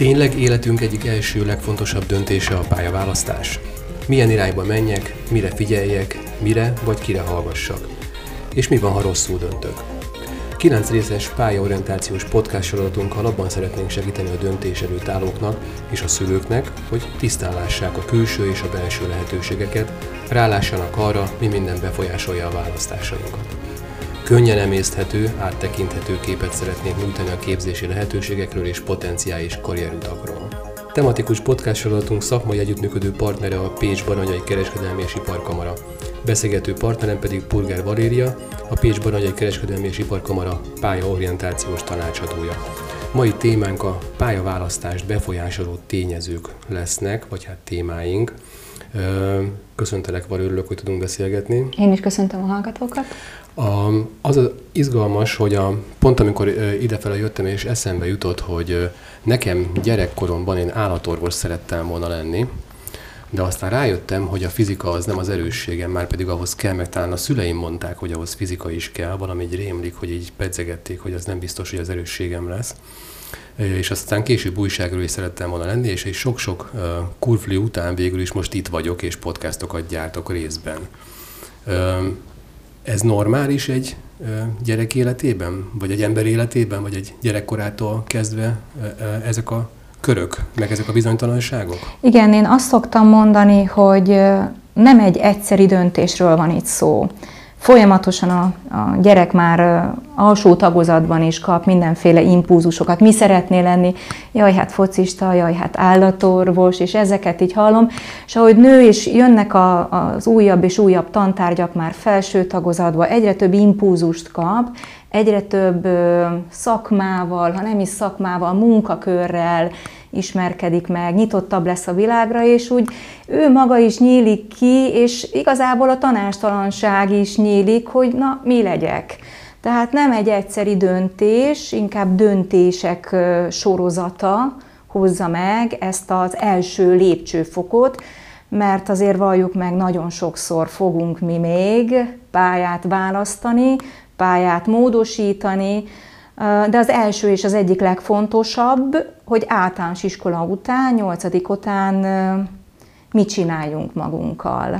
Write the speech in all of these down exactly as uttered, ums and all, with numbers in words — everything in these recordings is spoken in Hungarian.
Tényleg életünk egyik első legfontosabb döntése a pályaválasztás? Milyen irányba menjek, mire figyeljek, mire vagy kire hallgassak? És mi van, ha rosszul döntök? Kilenc részes pályaorientációs podcast sorozatunkkal abban szeretnénk segíteni a döntés előtt állóknak és a szülőknek, hogy tisztán lássák a külső és a belső lehetőségeket, rálássanak arra, mi minden befolyásolja a választásainkat. Könnyen emészthető, áttekinthető képet szeretnénk nyújtani a képzési lehetőségekről és potenciális karrierutakról. Tematikus podcast sorozatunk szakmai együttműködő partnere a Pécs-Baranyai Kereskedelmi és Iparkamara. Beszélgető partnerem pedig Purger Valéria, a Pécs-Baranyai Kereskedelmi és Iparkamara pályaorientációs tanácsadója. Mai témánk a pályaválasztást befolyásoló tényezők lesznek, vagy hát témáink. Köszöntelek, Val, örülök, hogy tudunk beszélgetni. Én is köszöntöm a hallgatókat. A, az az izgalmas, hogy a, pont amikor idefele jöttem, és eszembe jutott, hogy nekem gyerekkoromban én állatorvos szerettem volna lenni, de aztán rájöttem, hogy a fizika az nem az erősségem, már pedig ahhoz kell, meg talán a szüleim mondták, hogy ahhoz fizika is kell, valami így rémlik, hogy így pedzegették, hogy az nem biztos, hogy az erősségem lesz. És aztán később újságíró is szerettem volna lenni, és egy sok-sok uh, kurvli után végül is most itt vagyok, és podcastokat gyártok részben. Uh, ez normális egy uh, gyerek életében? Vagy egy ember életében? Vagy egy gyerekkorától kezdve uh, uh, ezek a körök, meg ezek a bizonytalanságok? Igen, én azt szoktam mondani, hogy nem egy egyszeri döntésről van itt szó. Folyamatosan a, a gyerek már alsó tagozatban is kap mindenféle impulzusokat. Mi szeretné lenni? Jaj, hát focista, jaj, hát állatorvos, és ezeket így hallom. És ahogy nő, és jönnek a, az újabb és újabb tantárgyak már felső tagozatba, egyre több impulzust kap, egyre több szakmával, ha nem is szakmával, munkakörrel ismerkedik meg, nyitottabb lesz a világra, és úgy ő maga is nyílik ki, és igazából a tanácstalanság is nyílik, hogy na, mi legyek. Tehát nem egy egyszeri döntés, inkább döntések sorozata hozza meg ezt az első lépcsőfokot, mert azért valljuk meg, nagyon sokszor fogunk mi még pályát választani, pályát módosítani, de az első és az egyik legfontosabb, hogy általános iskola után, nyolcadik után mit csináljunk magunkkal.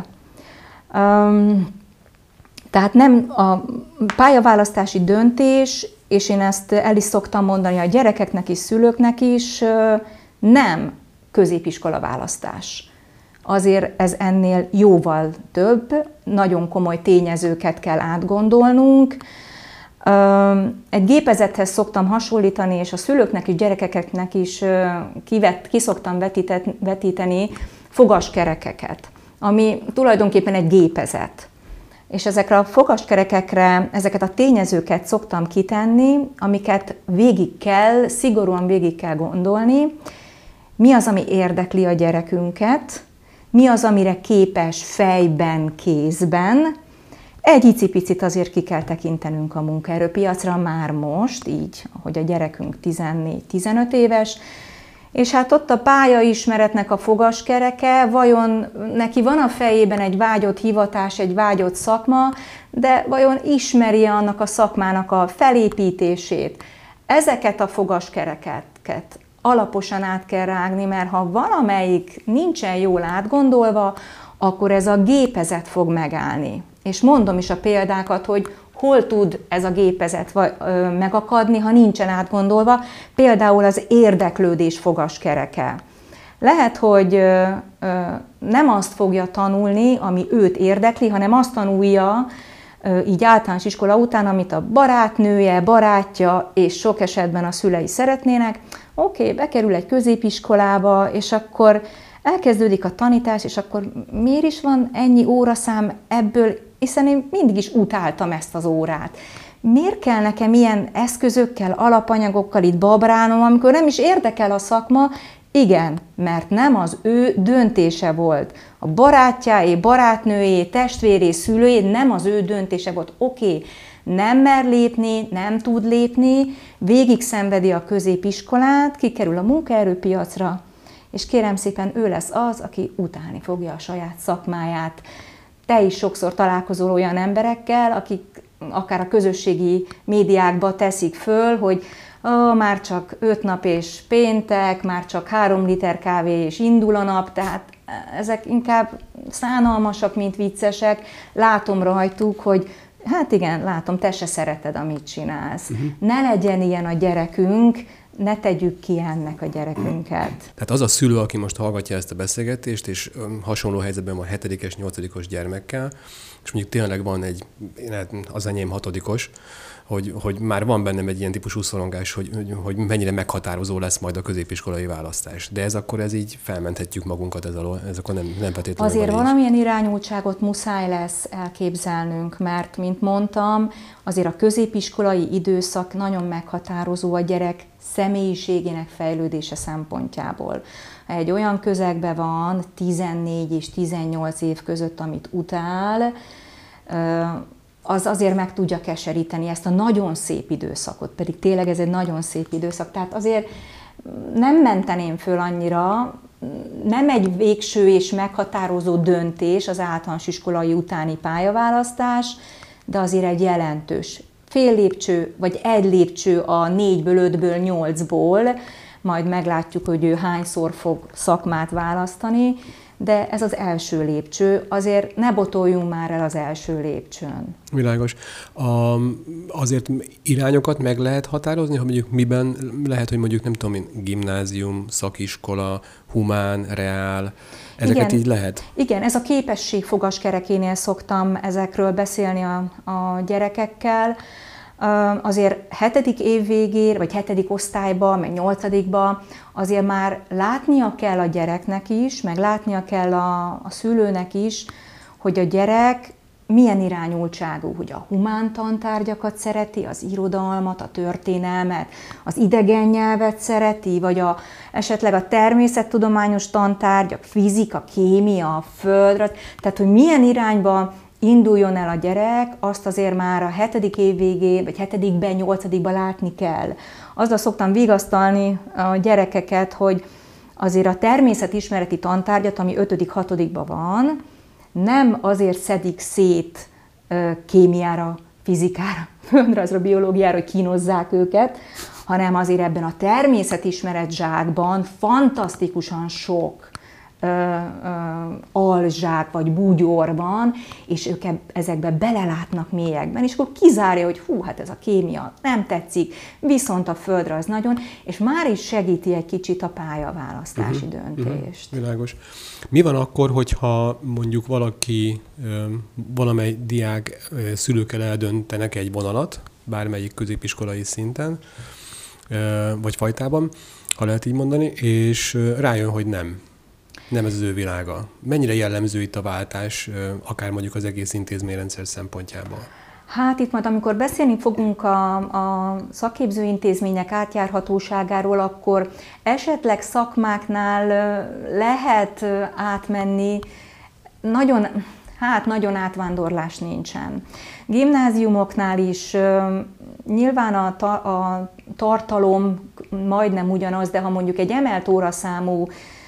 Tehát nem a pályaválasztási döntés, és én ezt el is szoktam mondani a gyerekeknek és szülőknek is, nem középiskola választás. Azért ez ennél jóval több, nagyon komoly tényezőket kell átgondolnunk. Egy gépezethez szoktam hasonlítani, és a szülőknek és gyerekeknek is kivett, ki szoktam vetíteni fogaskerekeket, ami tulajdonképpen egy gépezet. És ezekre a fogaskerekekre ezeket a tényezőket szoktam kitenni, amiket végig kell, szigorúan végig kell gondolni. Mi az, ami érdekli a gyerekünket, mi az, amire képes fejben, kézben. Egy icipicit azért ki kell tekintenünk a munkaerőpiacra már most, így, hogy a gyerekünk tizennégy-tizenöt éves, és hát ott a pályaismeretnek a fogaskereke, vajon neki van a fejében egy vágyott hivatás, egy vágyott szakma, de vajon ismeri annak a szakmának a felépítését? Ezeket a fogaskereket alaposan át kell rágni, mert ha valamelyik nincsen jól átgondolva, akkor ez a gépezet fog megállni. És mondom is a példákat, hogy hol tud ez a gépezet megakadni, ha nincsen átgondolva, például az érdeklődés fogaskereke. Lehet, hogy nem azt fogja tanulni, ami őt érdekli, hanem azt tanulja így általános iskola után, amit a barátnője, barátja és sok esetben a szülei szeretnének. Oké, okay, bekerül egy középiskolába, és akkor elkezdődik a tanítás, és akkor miért is van ennyi óraszám ebből, hiszen én mindig is utáltam ezt az órát. Miért kell nekem ilyen eszközökkel, alapanyagokkal itt babrálnom, amikor nem is érdekel a szakma? Igen, mert nem az ő döntése volt. A barátjáé, barátnőjé, testvéré, szülőjé nem az ő döntése volt. Oké, okay, nem mer lépni, nem tud lépni, végig szenvedi a középiskolát, kikerül a munkaerőpiacra, és kérem szépen, ő lesz az, aki utálni fogja a saját szakmáját. Te is sokszor találkozol olyan emberekkel, akik akár a közösségi médiákba teszik föl, hogy Ó, már csak öt nap és péntek, már csak három liter kávé és indul a nap, tehát ezek inkább szánalmasak, mint viccesek. Látom rajtuk, hogy hát igen, látom, te se szereted, amit csinálsz. Uh-huh. Ne legyen ilyen a gyerekünk, ne tegyük ki ennek a gyerekünket. Tehát az a szülő, aki most hallgatja ezt a beszélgetést, és hasonló helyzetben van hetedikes, nyolcadikos gyermekkel, és mondjuk tényleg van egy, az enyém hatodikos, hogy, hogy már van bennem egy ilyen típusú szorongás, hogy, hogy, hogy mennyire meghatározó lesz majd a középiskolai választás. De ez akkor ez így felmenthetjük magunkat ez alól, ez akkor nem, nem feltétlenül Azért van valamilyen irányultságot muszáj lesz elképzelnünk, mert, mint mondtam, azért a középiskolai időszak nagyon meghatározó a gyerek személyiségének fejlődése szempontjából. Egy olyan közegben van tizennégy és tizennyolc év között, amit utál, az azért meg tudja keseríteni ezt a nagyon szép időszakot, pedig tényleg ez egy nagyon szép időszak. Tehát azért nem menteném föl annyira, nem egy végső és meghatározó döntés az általános iskolai utáni pályaválasztás, de azért egy jelentős fél lépcső, vagy egy lépcső a négyből, ötből, nyolcból, majd meglátjuk, hogy ő hányszor fog szakmát választani, de ez az első lépcső, azért ne botoljunk már el az első lépcsőn. Világos. A, azért irányokat meg lehet határozni, hogy mondjuk miben lehet, hogy mondjuk nem tudom én, gimnázium, szakiskola, humán, reál, ezeket igen, így lehet? Igen, ez a képesség fogaskerekénél szoktam ezekről beszélni a, a gyerekekkel. Azért hetedik év végén, vagy hetedik osztályba, meg nyolcadikba azért már látnia kell a gyereknek is, meg látnia kell a, a szülőnek is, hogy a gyerek milyen irányultságú, hogy a humán tantárgyakat szereti, az irodalmat, a történelmet, az idegen nyelvet szereti, vagy a, esetleg a természettudományos tantárgyak, fizika, kémia, a földre, tehát hogy milyen irányba induljon el a gyerek, azt azért már a hetedik év végén, vagy hetedikben, nyolcadikban látni kell. Azzal szoktam vigasztalni a gyerekeket, hogy azért a természetismereti tantárgyat, ami ötödik hatodikban van, nem azért szedik szét kémiára, fizikára, földrajzra, biológiára, hogy kínozzák őket, hanem azért ebben a természetismeret zsákban fantasztikusan sok Ö, ö, alzsák vagy búgyor van, és ők ezekbe belelátnak mélyekben, és akkor kizárja, hogy hú, hát ez a kémia nem tetszik, viszont a földrajz nagyon, és már is segíti egy kicsit a pályaválasztási uh-huh, döntést. Uh-huh, világos. Mi van akkor, hogyha mondjuk valaki, valamely diák szülőkkel eldöntenek egy vonalat, bármelyik középiskolai szinten, vagy fajtában, ha lehet így mondani, és rájön, hogy nem. Nem ez az ő világa. Mennyire jellemző itt a váltás, akár mondjuk az egész intézményrendszer szempontjából? Hát itt majd, amikor beszélni fogunk a, a szakképzőintézmények átjárhatóságáról, akkor esetleg szakmáknál lehet átmenni, nagyon, hát nagyon átvándorlás nincsen. Gimnáziumoknál is nyilván a, ta, a tartalom majdnem ugyanaz, de ha mondjuk egy emelt óraszámú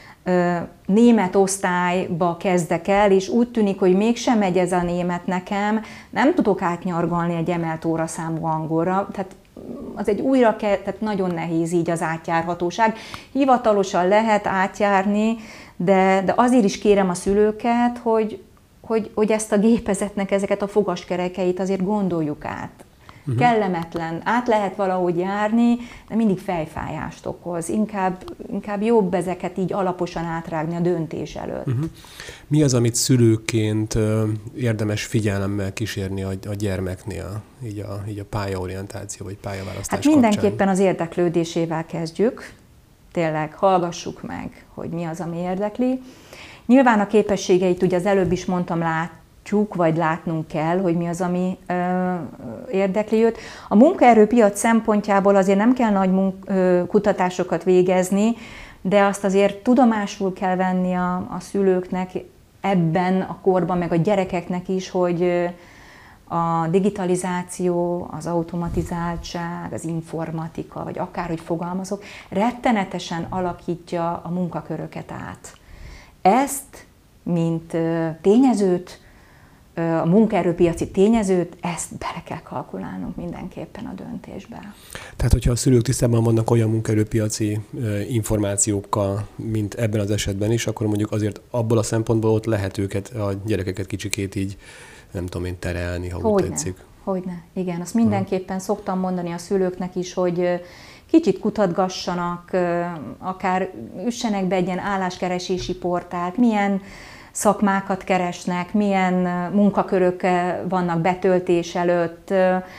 német osztályba kezdek el, és úgy tűnik, hogy mégsem megy ez a német nekem, nem tudok átnyargalni egy emelt óraszámú angolra, tehát az egy újra kell, tehát nagyon nehéz így az átjárhatóság. Hivatalosan lehet átjárni, de, de azért is kérem a szülőket, hogy, hogy, hogy ezt a gépezetnek ezeket a fogaskerekeit azért gondoljuk át. Uh-huh. Kellemetlen, át lehet valahogy járni, de mindig fejfájást okoz. Inkább, inkább jobb ezeket így alaposan átrágni a döntés előtt. Uh-huh. Mi az, amit szülőként érdemes figyelemmel kísérni a, a gyermeknél, így a, így a pályaorientáció vagy pályaválasztás Hát mindenképpen kapcsán? Az érdeklődésével kezdjük. Tényleg hallgassuk meg, hogy mi az, ami érdekli. Nyilván a képességeit, ugye az előbb is mondtam, lát, vagy látnunk kell, hogy mi az, ami ö, érdekli őt. A munkaerőpiac szempontjából azért nem kell nagy munk, ö, kutatásokat végezni, de azt azért tudomásul kell venni a, a szülőknek ebben a korban, meg a gyerekeknek is, hogy ö, a digitalizáció, az automatizáltság, az informatika, vagy akárhogy fogalmazok, rettenetesen alakítja a munkaköröket át. Ezt, mint ö, tényezőt, a munkaerőpiaci tényezőt, ezt bele kell kalkulálnunk mindenképpen a döntésbe. Tehát, hogyha a szülők tisztában vannak olyan munkaerőpiaci információkkal, mint ebben az esetben is, akkor mondjuk azért abból a szempontból ott lehet őket, a gyerekeket kicsikét így, nem tudom én, terelni, ha úgy tetszik. Hogyne, igen. Azt mindenképpen szoktam mondani a szülőknek is, hogy kicsit kutatgassanak, akár üssenek be egy ilyen álláskeresési portált, milyen szakmákat keresnek, milyen munkakörök vannak betöltés előtt,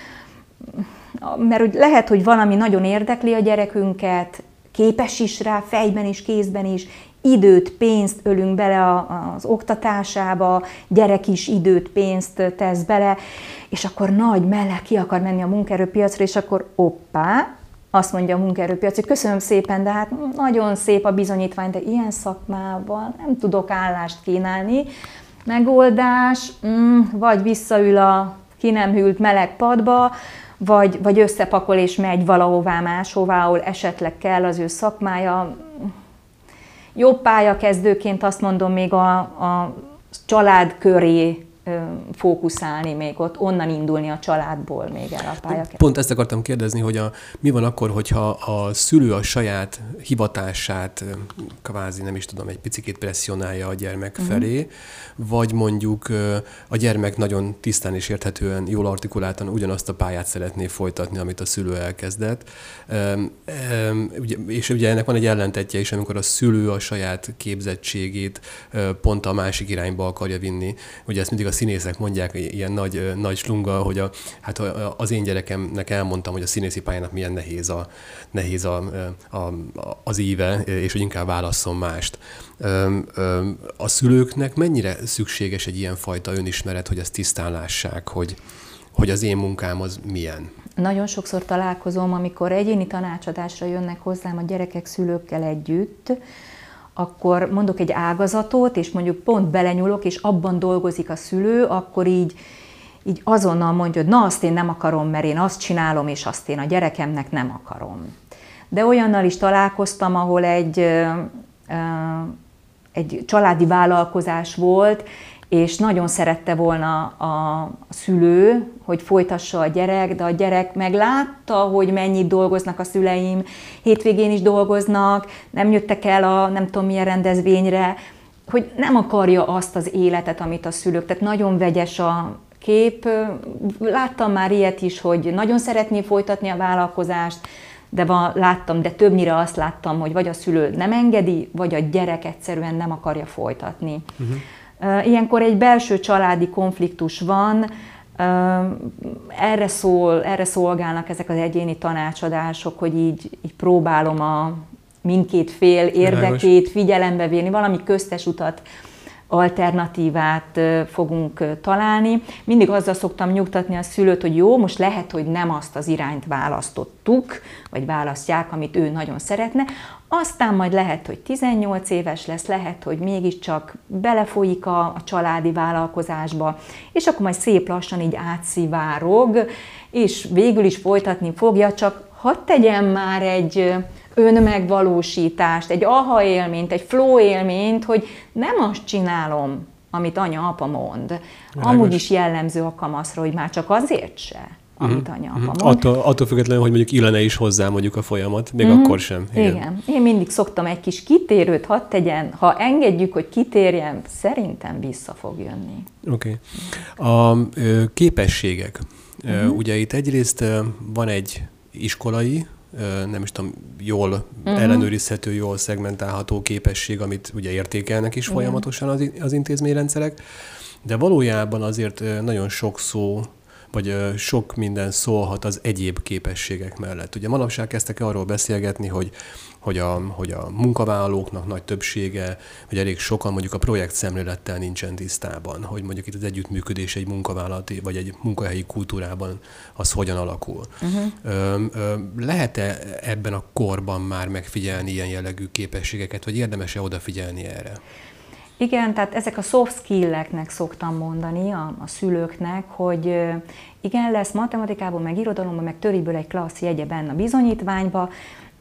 mert lehet, hogy valami nagyon érdekli a gyerekünket, képes is rá, fejben is, kézben is, időt, pénzt ölünk bele az oktatásába, gyerek is időt, pénzt tesz bele, és akkor nagy meleg ki akar menni a munkaerőpiacra, és akkor oppá, azt mondja a munkaerőpiac, hogy köszönöm szépen, de hát nagyon szép a bizonyítvány, de ilyen szakmával nem tudok állást kínálni. Megoldás, vagy visszaül a ki nem hűlt meleg padba, vagy, vagy összepakol és megy valahová máshová, ahol esetleg kell az ő szakmája. Jobb pályakezdőként azt mondom, még a, a család köré fókuszálni, még ott onnan indulni a családból még el a pályakezdő. Pont ezt akartam kérdezni, hogy a, mi van akkor, hogyha a szülő a saját hivatását kvázi, nem is tudom, egy picikét presszionálja a gyermek uh-huh. felé, vagy mondjuk a gyermek nagyon tisztán és érthetően, jól artikuláltan ugyanazt a pályát szeretné folytatni, amit a szülő elkezdett. És ugye ennek van egy ellentetje is, amikor a szülő a saját képzettségét pont a másik irányba akarja vinni. Ugye ezt mindig a színészek mondják, ilyen nagy, nagy slunga, hogy a, hát az én gyerekemnek elmondtam, hogy a színészi pályának milyen nehéz, a, nehéz a, a, az íve, és hogy inkább válasszon mást. A szülőknek mennyire szükséges egy ilyen fajta önismeret, hogy ezt tisztán lássák, hogy, hogy az én munkám az milyen? Nagyon sokszor találkozom, amikor egyéni tanácsadásra jönnek hozzám a gyerekek szülőkkel együtt, akkor mondok egy ágazatot, és mondjuk pont belenyúlok, és abban dolgozik a szülő, akkor így, így azonnal mondja, hogy na azt én nem akarom, mert én azt csinálom, és azt én a gyerekemnek nem akarom. De olyannal is találkoztam, ahol egy, egy családi vállalkozás volt, és nagyon szerette volna a szülő, hogy folytassa a gyerek, de a gyerek meg látta, hogy mennyit dolgoznak a szüleim, hétvégén is dolgoznak, nem jöttek el a nem tudom milyen rendezvényre, hogy nem akarja azt az életet, amit a szülők, tehát nagyon vegyes a kép. Láttam már ilyet is, hogy nagyon szeretné folytatni a vállalkozást, de van, láttam, de többnyire azt láttam, hogy vagy a szülő nem engedi, vagy a gyerek egyszerűen nem akarja folytatni. Uh-huh. Ilyenkor egy belső családi konfliktus van, erre, szól, erre szolgálnak ezek az egyéni tanácsadások, hogy így, így próbálom a mindkét fél érdekét figyelembe venni, valami köztes utat, alternatívát fogunk találni. Mindig azzal szoktam nyugtatni a szülőt, hogy jó, most lehet, hogy nem azt az irányt választottuk, vagy választják, amit ő nagyon szeretne, aztán majd lehet, hogy tizennyolc éves lesz, lehet, hogy mégiscsak belefolyik a, a családi vállalkozásba, és akkor majd szép lassan így átszivárog, és végül is folytatni fogja, csak hadd tegyen már egy önmegvalósítást, egy aha élményt, egy flow élményt, hogy nem azt csinálom, amit anya-apa mond. Amúgy is jellemző a kamaszra, hogy már csak azért se, amit anya-apa mond. Attól, attól függetlenül, hogy mondjuk illene is hozzá mondjuk a folyamat, még uh-huh. akkor sem. Igen. Igen. Én mindig szoktam egy kis kitérőt, hadd tegyen, ha engedjük, hogy kitérjen, szerintem vissza fog jönni. Oké. Okay. A ö, képességek. Uh-huh. Ugye itt egyrészt van egy iskolai, nem is tudom, jól uh-huh. ellenőrizhető, jól szegmentálható képesség, amit ugye értékelnek is igen. folyamatosan az, az intézményrendszerek, de valójában azért nagyon sok szó, vagy sok minden szólhat az egyéb képességek mellett. Ugye manapság kezdtek arról beszélgetni, hogy, hogy, a, hogy a munkavállalóknak nagy többsége, vagy elég sokan mondjuk a projekt szemlélettel nincsen tisztában, hogy mondjuk itt az együttműködés egy munkavállalati, vagy egy munkahelyi kultúrában az hogyan alakul. Uh-huh. Ö, ö, lehet-e ebben a korban már megfigyelni ilyen jellegű képességeket, vagy érdemes-e odafigyelni erre? Igen, tehát ezek a soft skill-eknek szoktam mondani a, a szülőknek, hogy igen, lesz matematikában, meg irodalomban, meg töriből egy klassz jegye benne a bizonyítványba,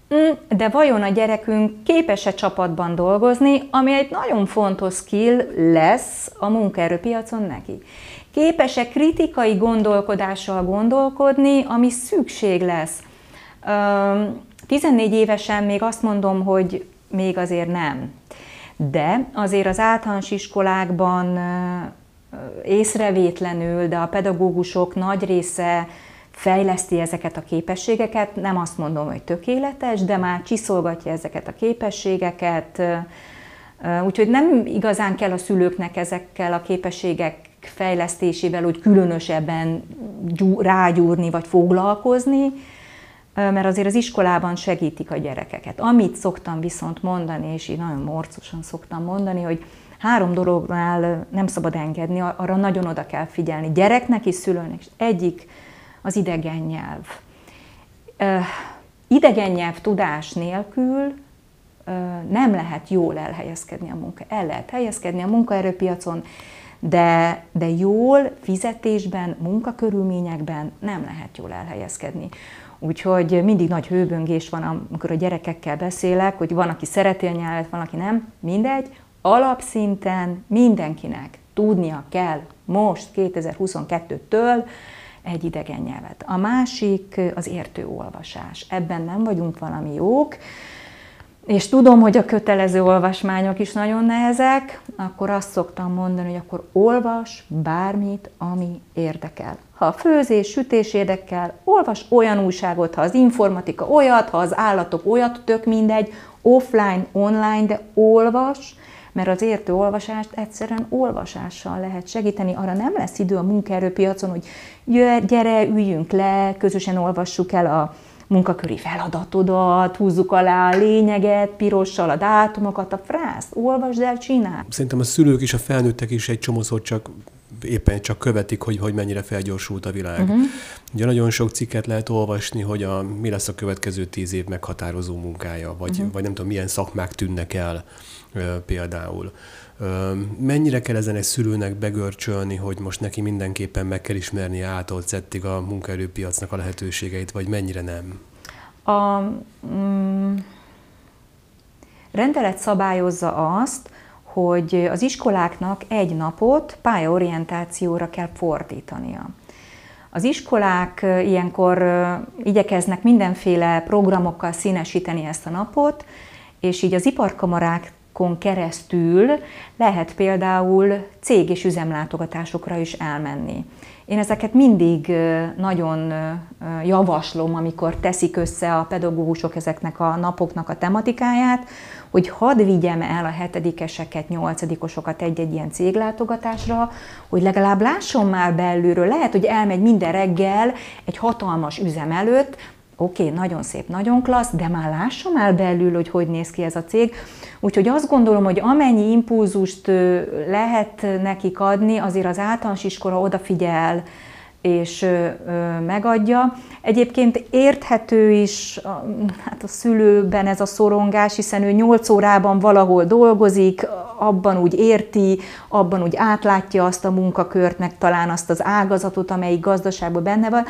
De vajon a gyerekünk képes-e csapatban dolgozni, ami egy nagyon fontos skill lesz a munkaerőpiacon neki? Képes-e kritikai gondolkodással gondolkodni, ami szükség lesz? tizennégy évesen még azt mondom, hogy még azért nem. De azért az általános iskolákban észrevétlenül, de a pedagógusok nagy része fejleszti ezeket a képességeket, nem azt mondom, hogy tökéletes, de már csiszolgatja ezeket a képességeket, úgyhogy nem igazán kell a szülőknek ezekkel a képességek fejlesztésével úgy különösebben rágyúrni vagy foglalkozni, mert azért az iskolában segítik a gyerekeket. Amit szoktam viszont mondani, és így nagyon morcosan szoktam mondani, hogy három dolognál nem szabad engedni, arra nagyon oda kell figyelni. Gyereknek és szülőnek. Egyik az idegen nyelv. Idegen nyelv tudás nélkül nem lehet jól elhelyezkedni a munka. El lehet helyezkedni a munkaerőpiacon, de, de jól, fizetésben, munkakörülményekben nem lehet jól elhelyezkedni. Úgyhogy mindig nagy hőböngés van, amikor a gyerekekkel beszélek, hogy van, aki szereti a nyelvet, van, aki nem, mindegy. Alapszinten mindenkinek tudnia kell most kétezer-huszonkettőtől egy idegen nyelvet. A másik az értő olvasás. Ebben nem vagyunk valami jók, és tudom, hogy a kötelező olvasmányok is nagyon nehezek, akkor azt szoktam mondani, hogy akkor olvas bármit, ami érdekel. Ha a főzés, sütés érdekel, olvas olyan újságot, ha az informatika olyat, ha az állatok olyat, tök mindegy, offline, online, de olvas, mert az értő olvasást egyszerűen olvasással lehet segíteni. Arra nem lesz idő a munkaerőpiacon, hogy gyere, üljünk le, közösen olvassuk el a munkaköri feladatodat, húzzuk alá a lényeget, pirossal a dátumokat, a frászt, olvasd el, csinál. Szerintem a szülők és a felnőttek is egy csomószor csak éppen csak követik, hogy, hogy mennyire felgyorsult a világ. Uh-huh. Ugye nagyon sok cikket lehet olvasni, hogy a, mi lesz a következő tíz év meghatározó munkája, vagy, uh-huh. vagy nem tudom, milyen szakmák tűnnek el ö, például. Ö, mennyire kell ezen egy szülőnek begörcsölni, hogy most neki mindenképpen meg kell ismerni A-tól Z-ig a munkaerőpiacnak a lehetőségeit, vagy mennyire nem? A mm, rendelet szabályozza azt, hogy az iskoláknak egy napot pályaorientációra kell fordítania. Az iskolák ilyenkor igyekeznek mindenféle programokkal színesíteni ezt a napot, és így az iparkamarákon keresztül lehet például cég- és üzemlátogatásokra is elmenni. Én ezeket mindig nagyon javaslom, amikor teszik össze a pedagógusok ezeknek a napoknak a tematikáját, hogy hadd vigyem el a hetedikeseket, nyolcadikosokat egy-egy ilyen céglátogatásra, hogy legalább lásson már belülről. Lehet, hogy elmegy minden reggel egy hatalmas üzem előtt, oké, okay, nagyon szép, nagyon klassz, de már lássam már belül, hogy hogy néz ki ez a cég. Úgyhogy azt gondolom, hogy amennyi impulzust lehet nekik adni, azért az általános iskola odafigyel és megadja. Egyébként érthető is hát a szülőben ez a szorongás, hiszen ő nyolc órában valahol dolgozik, abban úgy érti, abban úgy átlátja azt a munkakört, meg talán azt az ágazatot, amelyik gazdaságban benne van.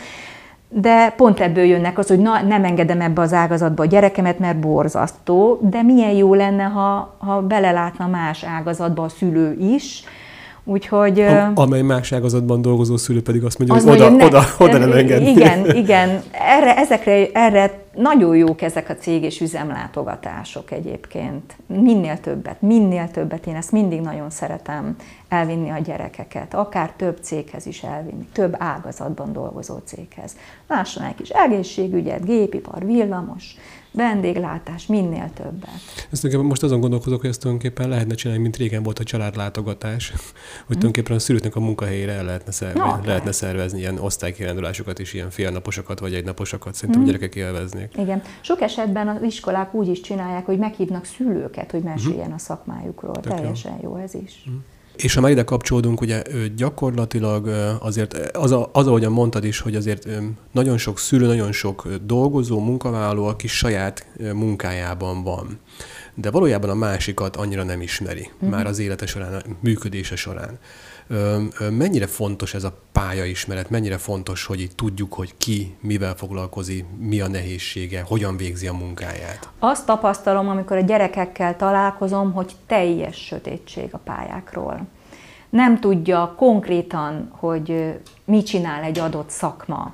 De pont ebből jönnek az, hogy na, nem engedem ebbe az ágazatba a gyerekemet, mert borzasztó, de milyen jó lenne, ha, ha belelátna más ágazatba a szülő is. Úgyhogy, a, amely más ágazatban dolgozó szülő pedig azt mondja, hogy oda, ne, oda, oda nem engedni. Igen, igen. Erre, ezekre, erre nagyon jók ezek a cég- és üzemlátogatások egyébként. Minél többet, minél többet. Én ezt mindig nagyon szeretem elvinni a gyerekeket. Akár több céghez is elvinni, több ágazatban dolgozó céghez. Lásson egy kis egészségügyet, gépipar, villamos, vendéglátás, minél többet. Ezt most azon gondolkozok, hogy ezt tulajdonképpen lehetne csinálni, mint régen volt a családlátogatás, hogy tulajdonképpen a szülőknek a munkahelyére el lehetne, szervezni, no, lehetne szervezni ilyen osztálykirándulásokat és ilyen félnaposokat vagy egynaposokat. Szerintem hmm. a gyerekek élveznék. Igen. Sok esetben az iskolák úgy is csinálják, hogy meghívnak szülőket, hogy meséljen hmm. a szakmájukról. Tök Teljesen jó. jó ez is. Hmm. És ha már ide kapcsolódunk, ugye gyakorlatilag azért, az, az ahogyan mondtad is, hogy azért nagyon sok szülő, nagyon sok dolgozó, munkavállaló, aki saját munkájában van. De valójában a másikat annyira nem ismeri, uh-huh. már az élete során, a működése során. Mennyire fontos ez a pályaismeret, mennyire fontos, hogy így tudjuk, hogy ki mivel foglalkozik, mi a nehézsége, hogyan végzi a munkáját? Azt tapasztalom, amikor a gyerekekkel találkozom, hogy teljes sötétség a pályákról. Nem tudja konkrétan, hogy mit csinál egy adott szakma.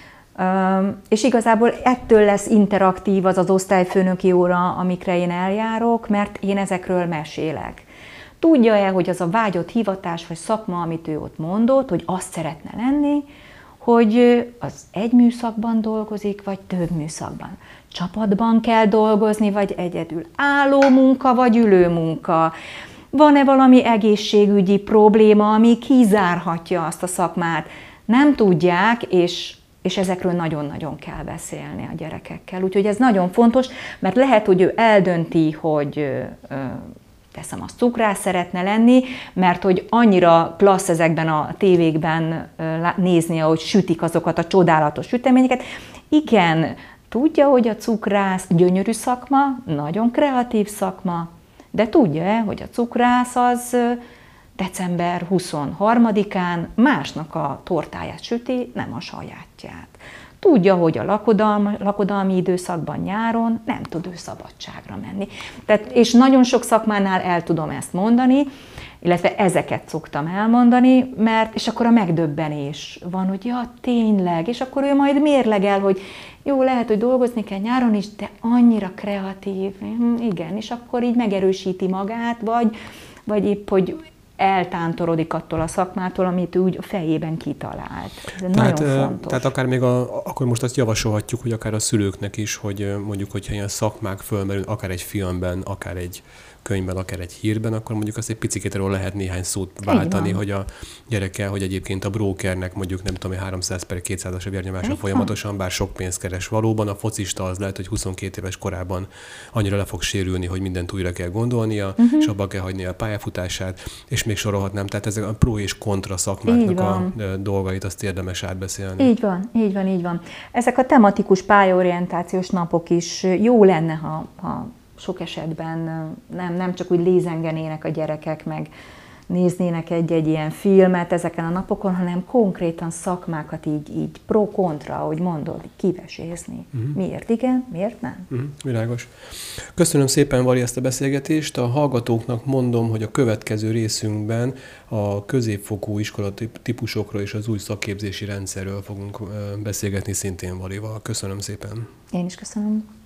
És igazából ettől lesz interaktív az az osztályfőnöki óra, amikre én eljárok, mert én ezekről mesélek. Tudja-e, hogy az a vágyott hivatás vagy szakma, amit ő ott mondott, hogy azt szeretne lenni, hogy az egy műszakban dolgozik, vagy több műszakban? Csapatban kell dolgozni, vagy egyedül? Álló munka, vagy ülő munka? Van-e valami egészségügyi probléma, ami kizárhatja azt a szakmát? Nem tudják, és, és ezekről nagyon-nagyon kell beszélni a gyerekekkel. Úgyhogy ez nagyon fontos, mert lehet, hogy ő eldönti, hogy teszem, azt cukrász szeretne lenni, mert hogy annyira klassz ezekben a tévékben nézni, ahogy sütik azokat a csodálatos süteményeket. Igen, tudja, hogy a cukrász gyönyörű szakma, nagyon kreatív szakma, de tudja-e, hogy a cukrász az december huszonharmadikán másnak a tortáját süti, nem a sajátját. Tudja, hogy a lakodalmi, lakodalmi időszakban nyáron nem tud ő szabadságra menni. Tehát, és nagyon sok szakmánál el tudom ezt mondani, illetve ezeket szoktam elmondani, mert, és akkor a megdöbbenés van, hogy ja, tényleg, és akkor ő majd mérlegel, hogy jó, lehet, hogy dolgozni kell nyáron is, de annyira kreatív, igen, és akkor így megerősíti magát, vagy, vagy épp, hogy eltántorodik attól a szakmától, amit úgy a fejében kitalált. Ez tehát, nagyon fontos. Tehát akár még a, akkor most azt javasolhatjuk, hogy akár a szülőknek is, hogy mondjuk, hogyha ilyen szakmák fölmerül, akár egy filmben, akár egy könyvben, akár egy hírben, akkor mondjuk azt egy picit erről lehet néhány szót váltani, hogy a gyerekkel, hogy egyébként a brókernek mondjuk nem tudom, háromszáz per kétszázas a vérnyomása folyamatosan, bár sok pénzt keres valóban, a focista az lehet, hogy huszonkét éves korában annyira le fog sérülni, hogy mindent újra kell gondolnia, uh-huh. és abba kell hagyni a pályafutását, és még sorolhatnám, tehát ezek a pro és kontra szakmáknak a dolgait azt érdemes átbeszélni. Így van, így van, így van. Ezek a tematikus pályaorientációs napok is jó lenne, ha, ha sok esetben nem, nem csak úgy lézengenének a gyerekek, meg néznének egy-egy ilyen filmet ezeken a napokon, hanem konkrétan szakmákat így, így pro-kontra, ahogy mondod, kivesézni. Uh-huh. Miért igen, miért nem? Uh-huh. Világos. Köszönöm szépen, Vali, ezt a beszélgetést. A hallgatóknak mondom, hogy a következő részünkben a középfokú iskolatípusokról és az új szakképzési rendszerről fogunk beszélgetni szintén Valival. Köszönöm szépen. Én is köszönöm.